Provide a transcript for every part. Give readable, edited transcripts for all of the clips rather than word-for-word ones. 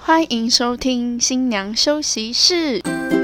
欢迎收听新娘休息室。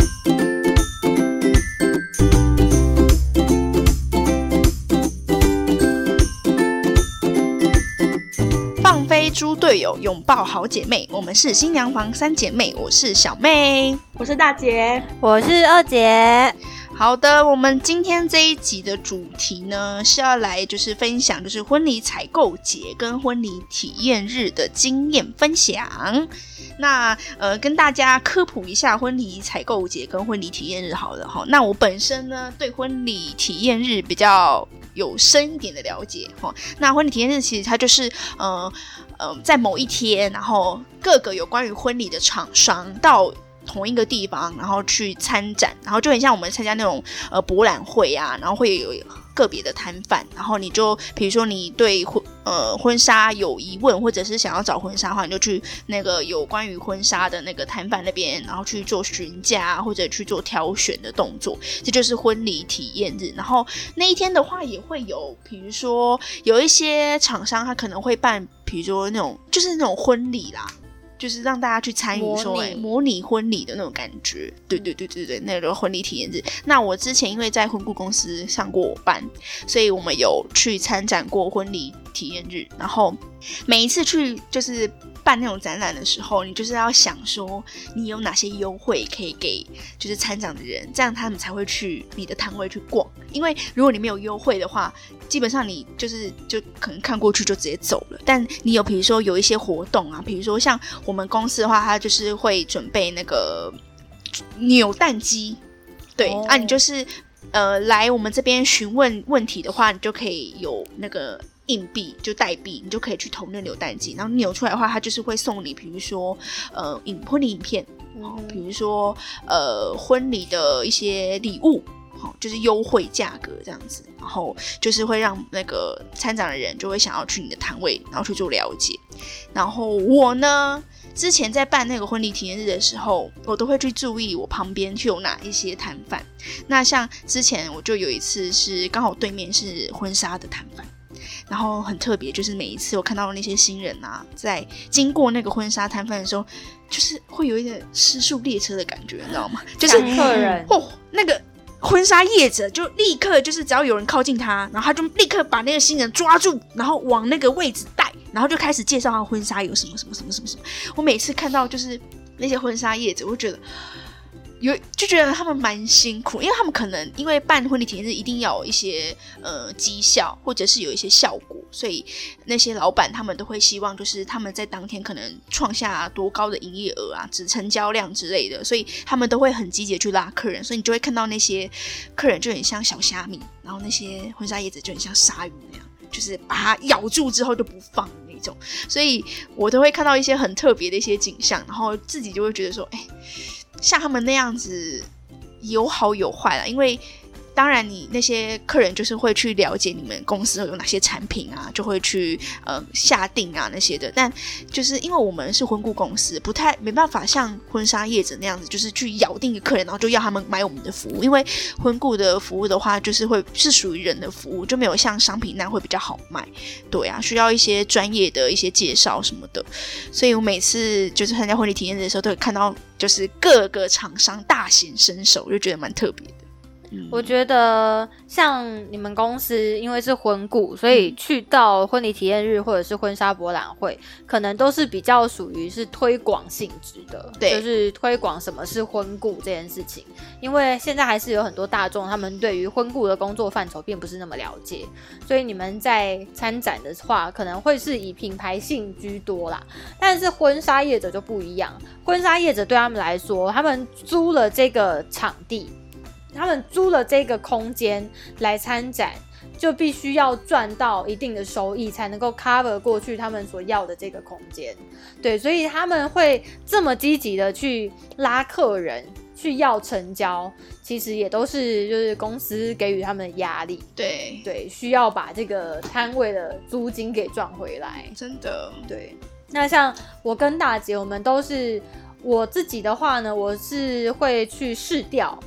放飞猪队友，拥抱好姐妹，我们是新娘房三姐妹，我是小妹， 我是大姐， 我是二姐。 好的，我们今天这一集的主题呢，是要来就是分享就是婚礼采购节跟婚礼体验日的经验分享。那跟大家科普一下婚礼采购节跟婚礼体验日好了齁。那我本身呢对婚礼体验日比较有深一点的了解齁。那婚礼体验日其实它就是在某一天，然后各个有关于婚礼的厂商到同一个地方，然后去参展，然后就很像我们参加那种博览会啊，然后会有个别的摊贩，然后你就比如说你对婚纱有疑问，或者是想要找婚纱的话，你就去那个有关于婚纱的那个摊贩那边，然后去做询价或者去做挑选的动作，这就是婚礼体验日。然后那一天的话也会有，比如说有一些厂商他可能会办，比如说那种就是那种婚礼啦，就是让大家去参与说模拟婚礼的那种感觉。对，那个婚礼体验日。那我之前因为在婚顾公司上过班，所以我们有去参展过婚礼体验日，然后每一次去就是办那种展览的时候，你就是要想说你有哪些优惠可以给就是参展的人，这样他们才会去你的摊位去逛。因为如果你没有优惠的话，基本上你就可能看过去就直接走了。但你有比如说有一些活动啊，比如说像我们公司的话，它就是会准备那个扭蛋机，对啊，你就是来我们这边询问问题的话，你就可以有那个硬币就代币，你就可以去投那扭蛋机，然后扭出来的话，它就是会送你，比如说婚礼影片，比如说婚礼的一些礼物。就是优惠价格这样子，然后就是会让那个参展的人就会想要去你的摊位，然后去做了解。然后我呢，之前在办那个婚礼体验日的时候，我都会去注意我旁边去有哪一些摊贩。那像之前我就有一次是刚好对面是婚纱的摊贩，然后很特别，就是每一次我看到那些新人啊，在经过那个婚纱摊贩的时候，就是会有一点失速列车的感觉，你知道吗？就是客人那个婚纱业者就立刻就是只要有人靠近他，然后他就立刻把那个新人抓住，然后往那个位置带，然后就开始介绍他婚纱有什么什么什么什么什么。我每次看到就是那些婚纱业者，我就觉得他们蛮辛苦，因为他们可能因为办婚礼体验日一定要有一些绩效或者是有一些效果，所以那些老板他们都会希望就是他们在当天可能创下多高的营业额啊、成交量之类的，所以他们都会很积极的去拉客人，所以你就会看到那些客人就很像小虾米，然后那些婚纱业者就很像鲨鱼那样，就是把它咬住之后就不放那种，所以我都会看到一些很特别的一些景象，然后自己就会觉得说像他们那样子有好有坏啦，因为当然你那些客人就是会去了解你们公司有哪些产品啊，就会去下定啊那些的，但就是因为我们是婚顾公司，没办法像婚纱业者那样子，就是去咬定一个客人，然后就要他们买我们的服务，因为婚顾的服务的话，就是是属于人的服务，就没有像商品那样会比较好卖，对啊，需要一些专业的一些介绍什么的，所以我每次就是参加婚礼体验日的时候，都会看到就是各个厂商大显身手，就觉得蛮特别的。 我觉得像你们公司因为是婚顾，所以去到婚礼体验日或者是婚纱博览会，可能都是比较属于是推广性质的，对，就是推广什么是婚顾这件事情。因为现在还是有很多大众他们对于婚顾的工作范畴并不是那么了解，所以你们在参展的话可能会是以品牌性居多啦。但是婚纱业者就不一样，婚纱业者对他们来说，他们租了这个场地，他们租了这个空间来参展，就必须要赚到一定的收益，才能够 cover 过去他们所要的这个空间。对，所以他们会这么积极的去拉客人，去要成交，其实也都是就是公司给予他们的压力。对，需要把这个摊位的租金给赚回来。 真的， 对。那像我跟大姐，我们都是我自己的话呢，我是会去试调。因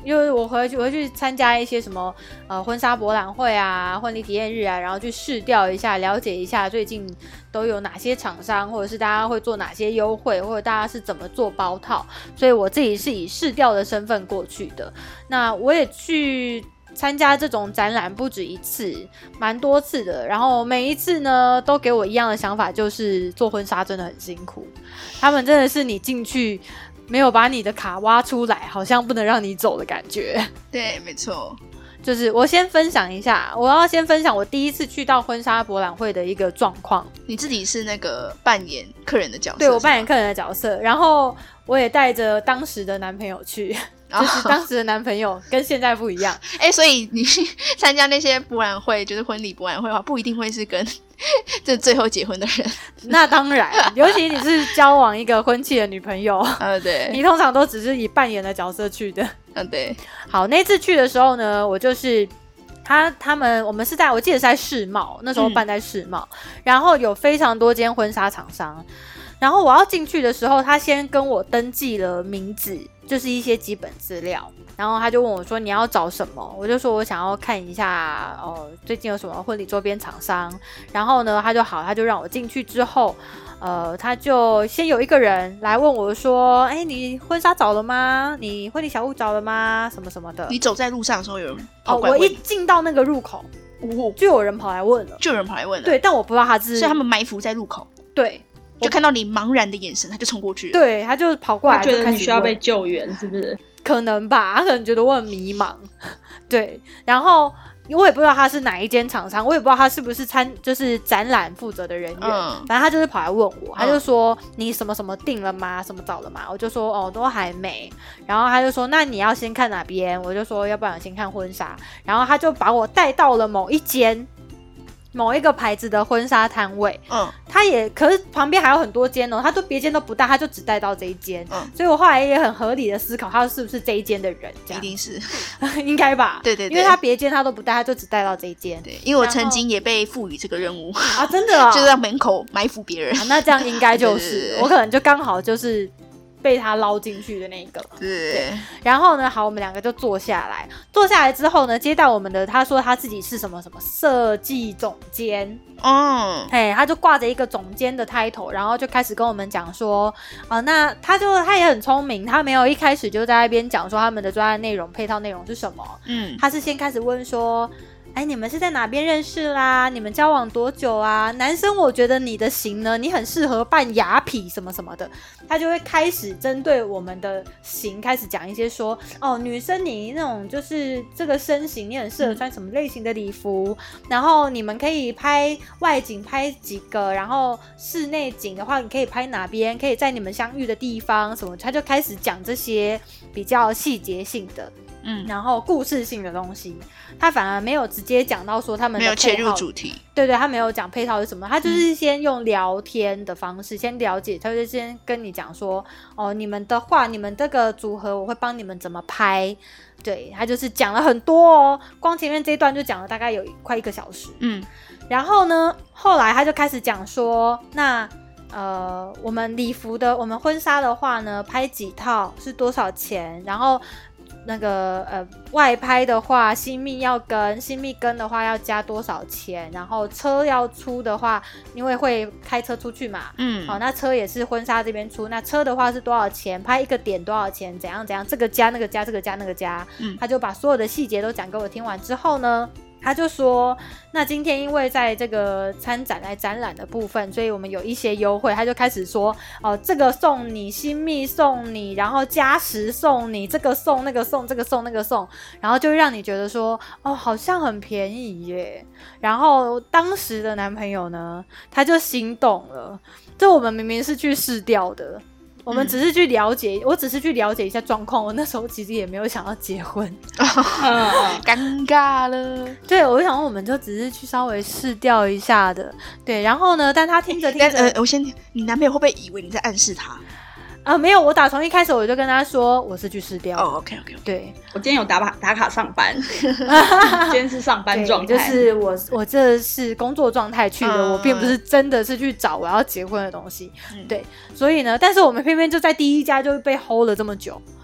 因为我回去参加一些什么婚纱博览会啊、婚礼体验日啊，然后去试调一下，了解一下最近都有哪些厂商，或者是大家会做哪些优惠，或者大家是怎么做包套，所以我自己是以试调的身份过去的。那我也去参加这种展览不止一次，蛮多次的，然后每一次呢都给我一样的想法，就是做婚纱真的很辛苦，他们真的是你进去没有把你的卡挖出来，好像不能让你走的感觉。 对，没错。 就是我先分享一下，我要先分享我第一次去到婚纱博览会的一个状况。 你自己是那个扮演客人的角色？ 对，我扮演客人的角色，然后我也带着当时的男朋友去，就是当时的男朋友跟现在不一样。 所以你参加那些博览会，就是婚礼博览会的话，不一定会是跟这最后结婚的人。 那当然，尤其你是交往一个婚期的女朋友， 对， 你通常都只是以扮演的角色去的。 对。 好，那次去的时候呢，我就是我们是在我记得是在世贸，那时候办在世贸，然后有非常多间婚纱厂商。然后我要进去的时候，他先跟我登记了名字，就是一些基本资料。然后他就问我说你要找什么，我就说我想要看一下最近有什么婚礼周边厂商。然后呢他就让我进去之后，他就先有一个人来问我说你婚纱找了吗？你婚礼小物找了吗？什么什么的。 你走在路上的时候有人跑过来问你？ 我一进到那个入口，就有人跑来问了。对，但我不知道他是， 所以他们埋伏在入口。 对， 就看到你茫然的眼神，他就冲过去了。 对，他就跑过来， 觉得你需要被救援，是不是？ 可能吧，他可能觉得我很迷茫。对，然后我也不知道他是哪一间厂商，我也不知道他是不是就是展览负责的人员。反正他就是跑来问我，他就说你什么什么订了吗？什么找了吗？我就说都还没。然后他就说那你要先看哪边？我就说要不然先看婚纱。然后他就把我带到了某一个牌子的婚纱摊位，可是旁边还有很多间他都别间都不带，他就只带到这一间，所以我后来也很合理的思考，他是不是这一间的人？这样一定是， 应该吧？ 对对对， 因为他别间他都不带，他就只带到这一间。 对，因为我曾经也被赋予这个任务啊，真的啊， 就是在门口埋伏别人。 那这样应该就是我可能就刚好就是被他捞进去的那个。 对。 然后呢，好，我们两个就坐下来之后呢，接待我们的他说他自己是什么什么设计总监。他就挂着一个总监的 title， 然后就开始跟我们讲说那他也很聪明，他没有一开始就在那边讲说他们的专案内容配套内容是什么。他是先开始问说你们是在哪边认识啦？你们交往多久啊？男生我觉得你的型呢，你很适合扮雅痞什么什么的。他就会开始针对我们的型开始讲一些说女生你那种就是这个身形，你很适合穿什么类型的礼服，然后你们可以拍外景拍几个，然后室内景的话你可以拍哪边，可以在你们相遇的地方什么。他就开始讲这些比较细节性的然后故事性的东西，他反而没有直接讲到说他们的配套， 没有切入主题。 对，他没有讲配套是什么，他就是先用聊天的方式先了解，他就先跟你讲说你们的话，你们这个组合我会帮你们怎么拍。对，他就是讲了很多光前面这一段就讲了大概有快1个小时。然后呢，后来他就开始讲说那我们礼服的，我们婚纱的话呢，拍几套是多少钱，然后那个外拍的话，新密跟的话要加多少钱，然后车要出的话，因为会开车出去嘛，那车也是婚纱这边出，那车的话是多少钱，拍一个点多少钱，怎样怎样，这个加那个加，这个加那个加，他就把所有的细节都讲给我听完之后呢，他就说那今天因为在这个参展来展览的部分，所以我们有一些优惠。他就开始说这个送你，新密送你，然后加时送你，这个送那个送，这个送那个送，然后就让你觉得说好像很便宜耶。然后当时的男朋友呢，他就心动了，这我们明明是去试调的，我们只是去了解，我只是去了解一下状况。我那时候其实也没有想要结婚， 尴尬了。 对，我就想说我们就只是去稍微试调一下的。对，然后呢，但他听着， 你男朋友会不会以为你在暗示他？ 没有，我打从一开始我就跟他说我是去试调。 OK， 对， 我今天有打卡上班，今天是上班状态， 就是我这是工作状态去的，我并不是真的是去找我要结婚的东西。对，所以呢，但是我们偏偏就在第一家就被 hold 了这么久。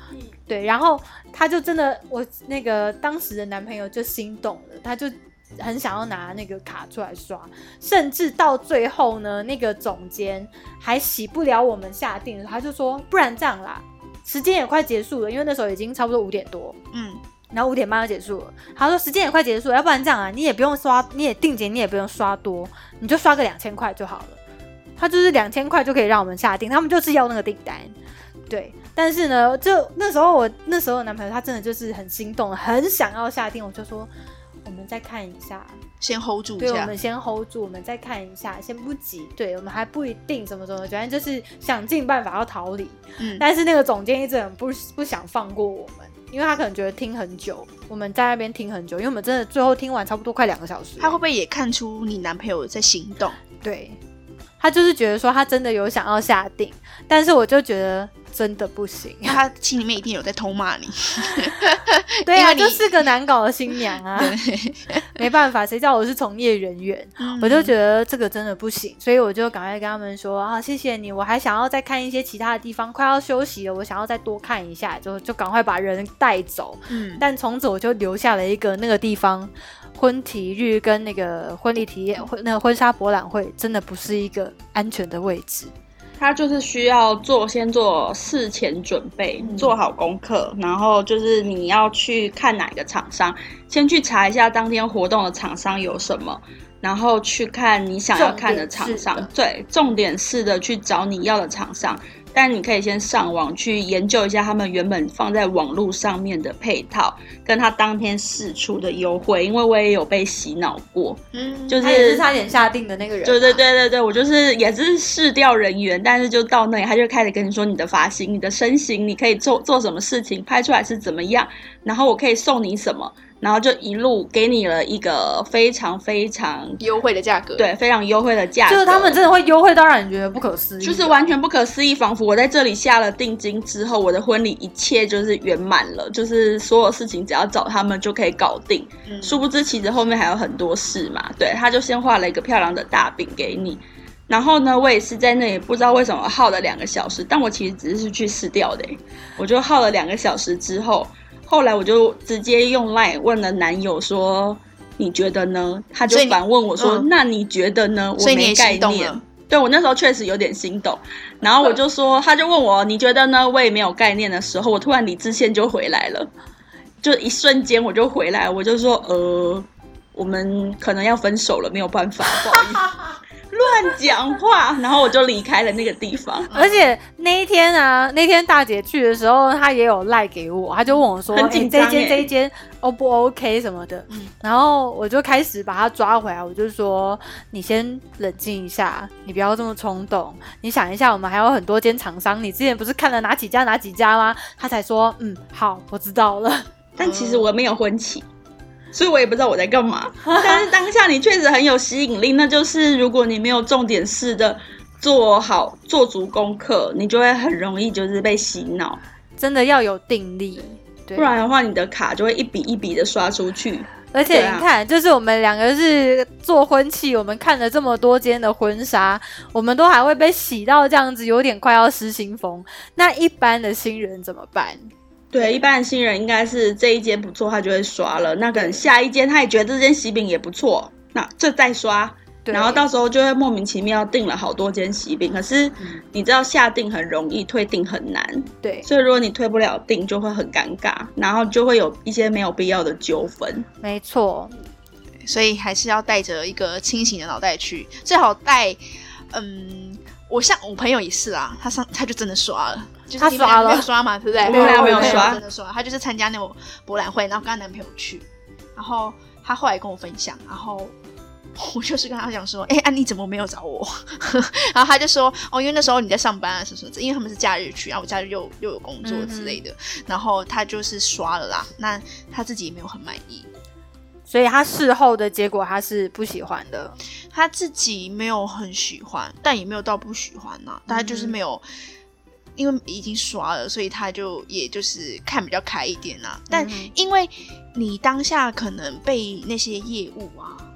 对，然后他就真的，我那个当时的男朋友就心动了，他就很想要拿那个卡出来刷，甚至到最后呢，那个总监还洗不了我们下定了，他就说不然这样啦，时间也快结束了，因为那时候已经差不多5点多，然后5点半就结束了。他说时间也快结束了，要不然这样啊，你也不用刷，你也定结，你也不用刷多，你就刷个2000块就好了。他就是2000块就可以让我们下定，他们就是要那个订单。对，但是呢，就那时候的男朋友他真的就是很心动，很想要下定，我就说我们再看一下， 先 hold 住一下。 对，我们先 hold 住，我们再看一下，先不急。对，我们还不一定什么什么，反正就是想尽办法要逃离。但是那个总监一直很不想放过我们，因为他可能觉得听很久，我们在那边听很久，因为我们真的最后听完差不多快2个小时。 他会不会也看出你男朋友在行动？ 对，他就是觉得说他真的有想要下定，但是我就觉得真的不行。 那他心里面一定有在偷骂你。 对啊，就是个难搞的新娘啊。没办法，谁叫我是从业人员，我就觉得这个真的不行，所以我就赶快跟他们说啊，谢谢你，我还想要再看一些其他的地方，快要休息了，我想要再多看一下，就赶快把人带走。但从此我就留下了一个那个地方。婚体日跟那个婚礼体验，那个婚纱博览会真的不是一个安全的位置。 他就是需要先做事前准备，做好功课，然后就是你要去看哪个厂商，先去查一下当天活动的厂商有什么，然后去看你想要看的厂商。对，重点是的去找你要的厂商。但你可以先上网去研究一下他们原本放在网络上面的配套，跟他当天释出的优惠，因为我也有被洗脑过，就是他也是差点下定的那个人。 对，我就是也是试调人员，但是就到那里他就开始跟你说你的发型、你的身形，你可以做什么事情，拍出来是怎么样，然后我可以送你什么。然后就一路给你了一个非常非常优惠的价格， 对，非常优惠的价格， 就是他们真的会优惠到让你觉得不可思议， 就是完全不可思议，仿佛我在这里下了定金之后，我的婚礼一切就是圆满了，就是所有事情只要找他们就可以搞定。殊不知其实后面还有很多事嘛，对，他就先画了一个漂亮的大饼给你。然后呢，我也是在那里不知道为什么耗了2个小时，但我其实只是去试调的，我就耗了2个小时之后。后来我就直接用 LINE 问了男友说你觉得呢？他就反问我说那你觉得呢？我没概念。对，我那时候确实有点心动，然后我就说他就问我你觉得呢？我也没有概念的时候，我突然理智线就回来了，就一瞬间我就回来，我就说我们可能要分手了，没有办法，不好意思。乱讲话，然后我就离开了那个地方。 而且那一天大姐去的时候，她也有赖给我，她就问我说：“这一间 O 不 OK 什么的？”然后我就开始把她抓回来，我就说：“你先冷静一下，你不要这么冲动，你想一下，我们还有很多间厂商，你之前不是看了哪几家吗？”她才说：“好，我知道了。” 但其实我没有婚期。所以我也不知道我在干嘛，但是当下你确实很有吸引力，那就是如果你没有重点式的做足功课，你就会很容易就是被洗脑， 真的要有定力，对， 不然的话你的卡就会一笔一笔的刷出去。 而且你看，就是我们2个是做婚庆，我们看了这么多间的婚纱，我们都还会被洗到这样子，有点快要失心疯。那一般的新人怎么办？ 对，一般的新人应该是这一间不错，他就会刷了。那可能下一间他也觉得这间喜饼也不错，那这再刷，然后到时候就会莫名其妙订了好多间喜饼。可是你知道下订很容易，退订很难。 对， 所以如果你退不了订，就会很尴尬，然后就会有一些没有必要的纠纷。 没错， 所以还是要带着一个清醒的脑袋去，最好带我像我朋友也是啊，他就真的刷了，就是他刷了， 没有刷嘛，对不对？ 没有刷， 真的刷。他就是参加那种博览会，然后跟他男朋友去，然后他后来跟我分享，然后我就是跟他讲说，你怎么没有找我？然后他就说，因为那时候你在上班啊，什么，因为他们是假日去，然后我假日又有工作之类的，然后他就是刷了啦，那他自己也没有很满意。 所以他事后的结果他是不喜欢的， 他自己没有很喜欢，但也没有到不喜欢呐，但他就是没有，因为已经刷了，所以他就也就是看比较开一点啦。但因为你当下可能被那些业务啊，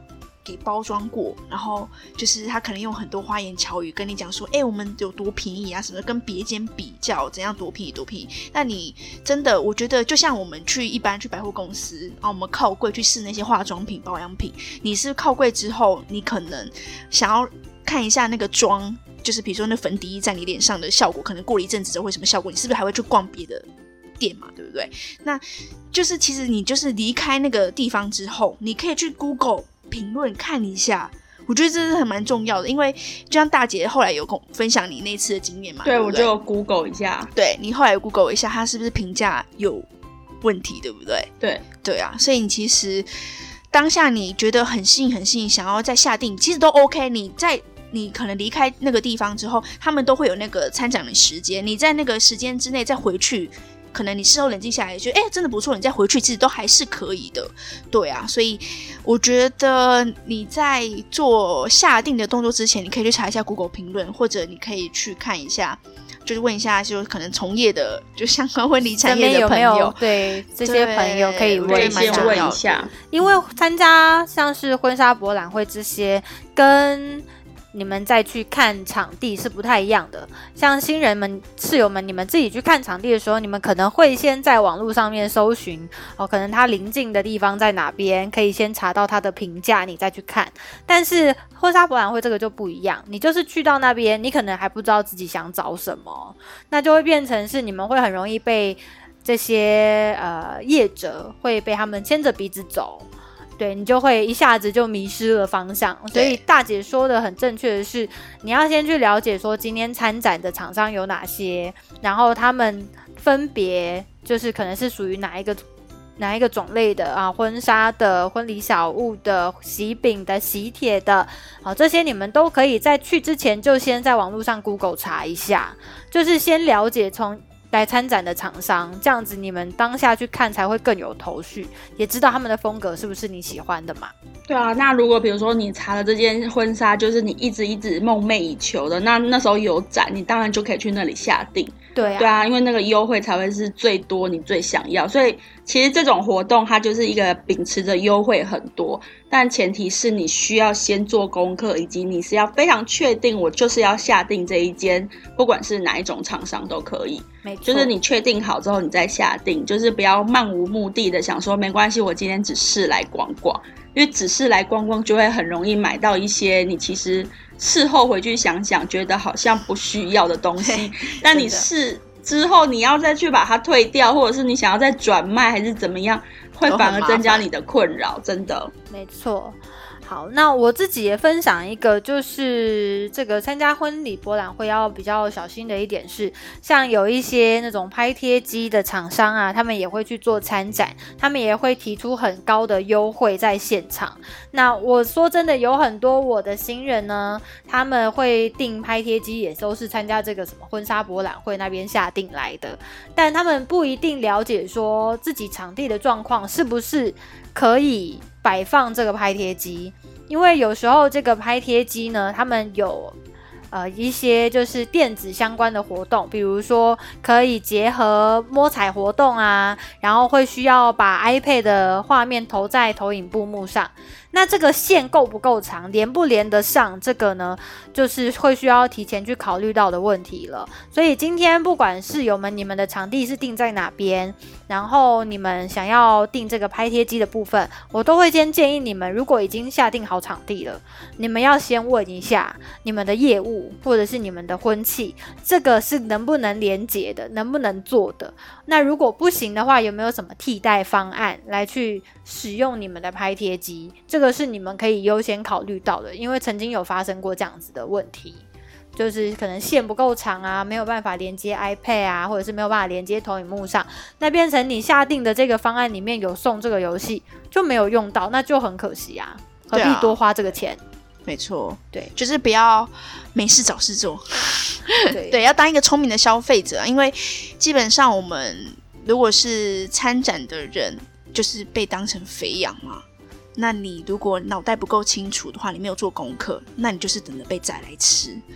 给包装过，然后就是他可能用很多花言巧语跟你讲说，我们有多便宜啊，什么跟别间比较怎样多便宜多便宜。那你真的，我觉得就像我们一般去百货公司我们靠柜去试那些化妆品、保养品，你是靠柜之后，你可能想要看一下那个妆，就是比如说那粉底液在你脸上的效果，可能过了一阵子之后会什么效果，你是不是还会去逛别的店嘛，对不对？那就是其实你就是离开那个地方之后，你可以去 Google 评论看一下，我觉得这是很蛮重要的，因为就像大姐后来有跟我分享你那次的经验嘛， 对， 我就有 Google 一下， 对，你后来有 Google 一下他是不是评价有问题，对不对？对啊，所以你其实当下你觉得很吸引想要再下定，其实都 OK， 你可能离开那个地方之后，他们都会有那个参展的时间，你在那个时间之内再回去，可能你事后冷静下来觉得真的不错，你再回去其实都还是可以的。对啊，所以我觉得你在做下定的动作之前，你可以去查一下 Google 评论，或者你可以去看一下，就是问一下就可能从业的就相关婚礼产业的朋友， 有没有对这些朋友可以问一下，因为参加像是婚纱博览会这些跟你们再去看场地是不太一样的。像新人们、室友们，你们自己去看场地的时候，你们可能会先在网络上面搜寻可能它邻近的地方在哪边，可以先查到它的评价，你再去看。但是婚纱博览会这个就不一样，你就是去到那边，你可能还不知道自己想找什么，那就会变成是你们会很容易被这些业者会被他们牵着鼻子走。对，你就会一下子就迷失了方向。所以大姐说的很正确的是，你要先去了解说今天参展的厂商有哪些，然后他们分别就是可能是属于哪一个种类的啊，婚纱的、婚礼小物的、喜饼的、喜帖的，好，这些你们都可以在去之前就先在网络上 Google 查一下，就是先了解从来参展的厂商，这样子你们当下去看才会更有头绪，也知道他们的风格是不是你喜欢的嘛。 对啊，那如果比如说你查了这件婚纱，就是你一直梦寐以求的，那时候有展，你当然就可以去那里下定。对啊，因为那个优惠才会是最多你最想要，所以其实这种活动它就是一个秉持着优惠很多，但前提是你需要先做功课，以及你是要非常确定我就是要下定这一间，不管是哪一种厂商都可以。 没错， 就是你确定好之后你再下定，就是不要漫无目的的想说没关系我今天只是来逛逛，因为只是来逛逛就会很容易买到一些你其实事后回去想想觉得好像不需要的东西，但你试之后你要再去把它退掉，或者是你想要再转卖还是怎么样，会反而增加你的困扰，真的。 没错。好，那我自己也分享一个，就是这个参加婚礼博览会要比较小心的一点是，像有一些那种拍贴机的厂商啊，他们也会去做参展，他们也会提出很高的优惠在现场。那我说真的，有很多我的新人呢，他们会订拍贴机，也都是参加这个什么婚纱博览会那边下订来的，但他们不一定了解说自己场地的状况是不是可以摆放这个拍贴机，因为有时候这个拍贴机呢，他们有一些就是电子相关的活动，比如说可以结合摸彩活动啊，然后会需要把 iPad 的画面投在投影布幕上。那这个线够不够长，连不连得上，这个呢就是会需要提前去考虑到的问题了。所以今天不管室友们你们的场地是定在哪边，然后你们想要定这个拍贴机的部分，我都会先建议你们，如果已经下定好场地了，你们要先问一下你们的业务或者是你们的婚庆，这个是能不能连结的，能不能做的。那如果不行的话，有没有什么替代方案来去使用你们的拍贴机，这个是你们可以优先考虑到的，因为曾经有发生过这样子的问题，就是可能线不够长啊，没有办法连接 iPad 啊，或者是没有办法连接投影幕上，那变成你下定的这个方案里面有送这个游戏就没有用到，那就很可惜啊，何必多花这个钱？ 没错， 对， 就是不要没事找事做，对，要当一个聪明的消费者，因为基本上我们如果是参展的人，就是被当成肥羊嘛。那你如果脑袋不够清楚的话，你没有做功课，那你就是等着被宰来吃。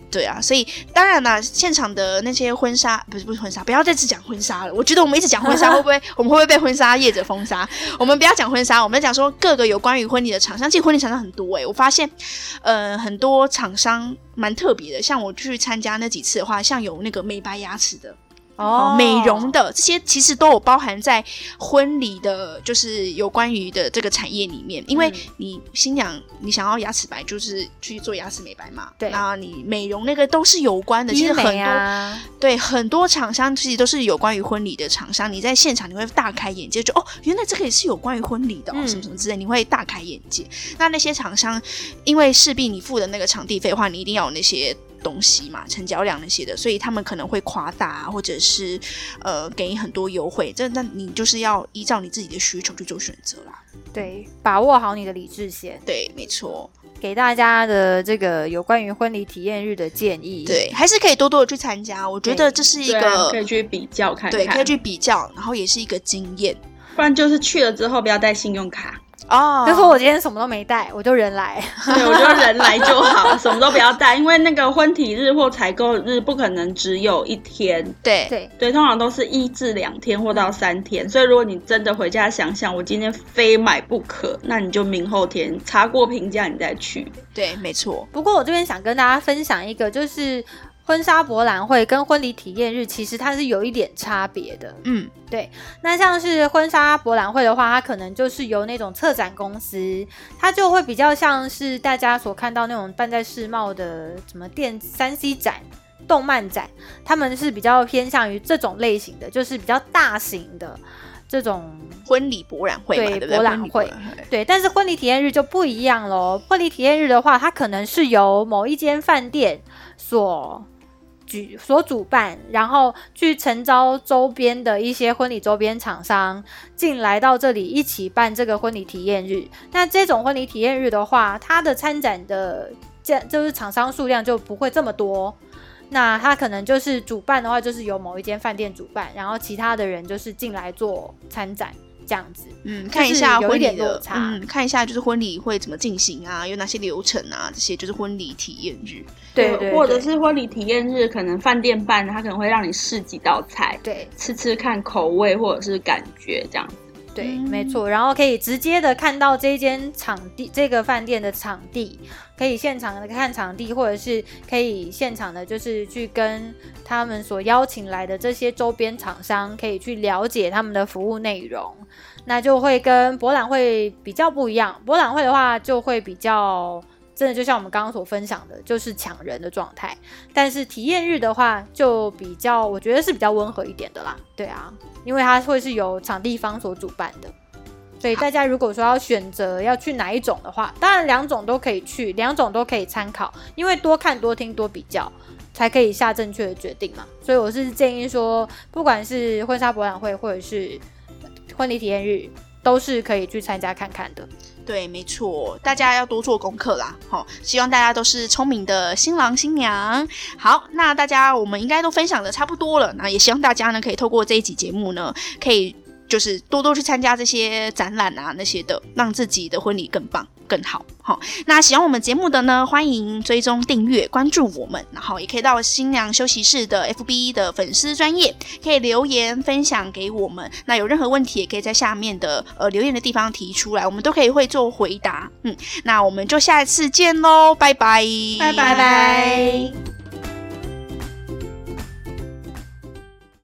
对啊，所以当然啦，现场的那些婚纱不是婚纱，不要再只讲婚纱了。我觉得我们一直讲婚纱，我们会不会被婚纱业者封杀？我们不要讲婚纱，我们讲说各个有关于婚礼的厂商。其实婚礼厂商很多我发现，很多厂商蛮特别的。像我去参加那几次的话，像有那个美白牙齿的。美容的这些其实都有包含在婚礼的，就是有关于的这个产业里面。因为你新娘你想要牙齿白，就是去做牙齿美白嘛。 对， 然后你美容那个都是有关的。其实很多对很多厂商其实都是有关于婚礼的厂商。你在现场你会大开眼界，就原来这个也是有关于婚礼的什么什么之类，你会大开眼界。那些厂商，因为势必你付的那个场地费的话，你一定要有那些东西嘛，成交量那些的，所以他们可能会夸大或者是给你很多优惠，那你就是要依照你自己的需求去做选择啦。 对，把握好你的理智线。 对，没错。 给大家的这个有关于婚礼体验日的建议， 对，还是可以多多的去参加。我觉得这是一个可以去比较看看， 对，可以去比较，然后也是一个经验。 不然就是去了之后不要带信用卡。 就说我今天什么都没带，我就人来。 对，我就人来就好，什么都不要带，因为那个婚体日或采购日不可能只有1天。 对， 通常都是1至2天或到3天，所以如果你真的回家想想，我今天非买不可，那你就明后天查过评价你再去。 对，没错。 不过我这边想跟大家分享一个，就是婚纱博览会跟婚礼体验日其实它是有一点差别的。对。那像是婚纱博览会的话，它可能就是由那种策展公司，它就会比较像是大家所看到那种办在世贸的什么3C 展、动漫展，他们是比较偏向于这种类型的，就是比较大型的这种婚礼博览会嘛，对不对？ 博览会，对。但是婚礼体验日就不一样咯。婚礼体验日的话，它可能是由某一间饭店所主办，然后去承招周边的一些婚礼周边厂商进来到这里一起办这个婚礼体验日。那这种婚礼体验日的话，它的参展的就是厂商数量就不会这么多。那它可能就是主办的话，就是由某一间饭店主办，然后其他的人就是进来做参展。这样子， 看一下婚礼的， 看一下就是婚礼会怎么进行啊，有哪些流程啊，这些就是婚礼体验日。 对，或者是婚礼体验日，可能饭店办，它可能会让你试几道菜， 对， 吃看口味或者是感觉这样子。 对，没错，然后可以直接的看到这间场地，这个饭店的场地，可以现场的看场地，或者是可以现场的，就是去跟他们所邀请来的这些周边厂商，可以去了解他们的服务内容，那就会跟博览会比较不一样。博览会的话，就会比较真的就像我们刚刚所分享的，就是抢人的状态。但是体验日的话，就比较，我觉得是比较温和一点的啦。对啊，因为它会是由场地方所主办的，所以大家如果说要选择要去哪一种的话，当然2种都可以去，2种都可以参考，因为多看多听多比较，才可以下正确的决定嘛。所以我是建议说，不管是婚纱博览会或者是婚礼体验日，都是可以去参加看看的。 对，没错，大家要多做功课啦。希望大家都是聪明的新郎新娘。好，那大家我们应该都分享的差不多了，那也希望大家呢可以透过这一集节目呢，可以就是多多去参加这些展览啊那些的，让自己的婚礼更棒更好。那喜欢我们节目的呢，欢迎追踪订阅关注我们，然后也可以到新娘休息室的 FB 的粉丝专页可以留言分享给我们。那有任何问题也可以在下面的留言的地方提出来，我们都可以会做回答。那我们就下一次见咯，拜拜， 拜拜。